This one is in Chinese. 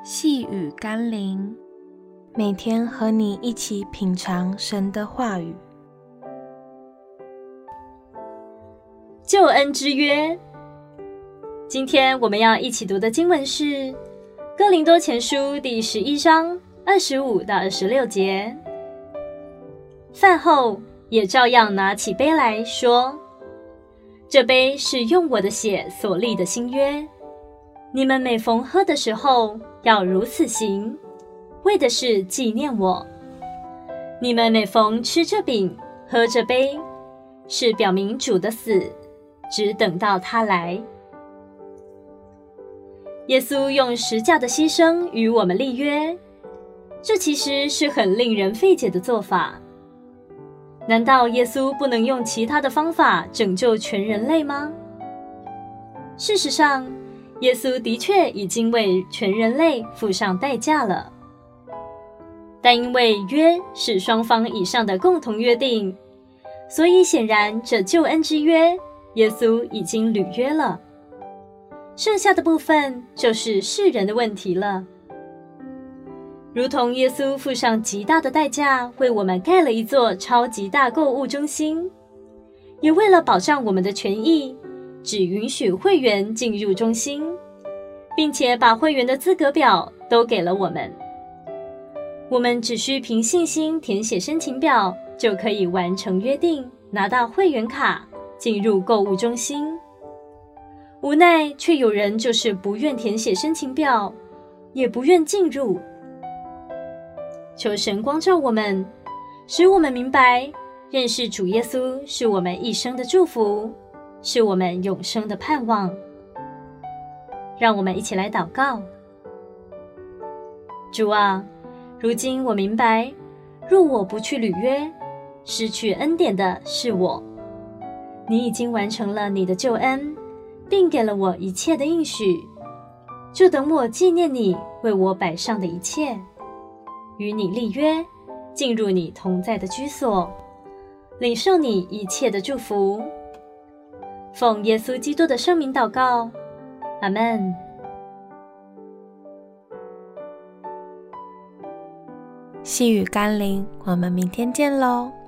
细雨甘霖，每天和你一起品尝神的话语。 救恩之约，今天我们要一起读的经文是哥林多前书第11章25到26节。饭后也照样拿起杯来说，这杯是用我的血所立的新约，你们每逢喝的时候要如此行，为的是纪念我。你们每逢吃这饼喝这杯，是表明主的死，只等到他来。耶稣用十架的牺牲与我们立约，这其实是很令人费解的做法。难道耶稣不能用其他的方法拯救全人类吗？事实上，耶稣的确已经为全人类付上代价了。但因为约是双方以上的共同约定，所以显然这救恩之约，耶稣已经履约了。剩下的部分就是世人的问题了。如同耶稣付上极大的代价为我们盖了一座超级大购物中心，也为了保障我们的权益，只允许会员进入中心，并且把会员的资格表都给了我们。我们只需凭信心填写申请表，就可以完成约定，拿到会员卡，进入购物中心。无奈却有人就是不愿填写申请表，也不愿进入。求神光照我们，使我们明白，认识主耶稣是我们一生的祝福，是我们永生的盼望。让我们一起来祷告。主啊，如今我明白，若我不去履约，失去恩典的是我。你已经完成了你的救恩，并给了我一切的应许，就等我纪念你为我摆上的一切，与你立约，进入你同在的居所，领受你一切的祝福。奉耶稣基督的圣名祷告，阿们。 细雨甘霖，我们明天见喽。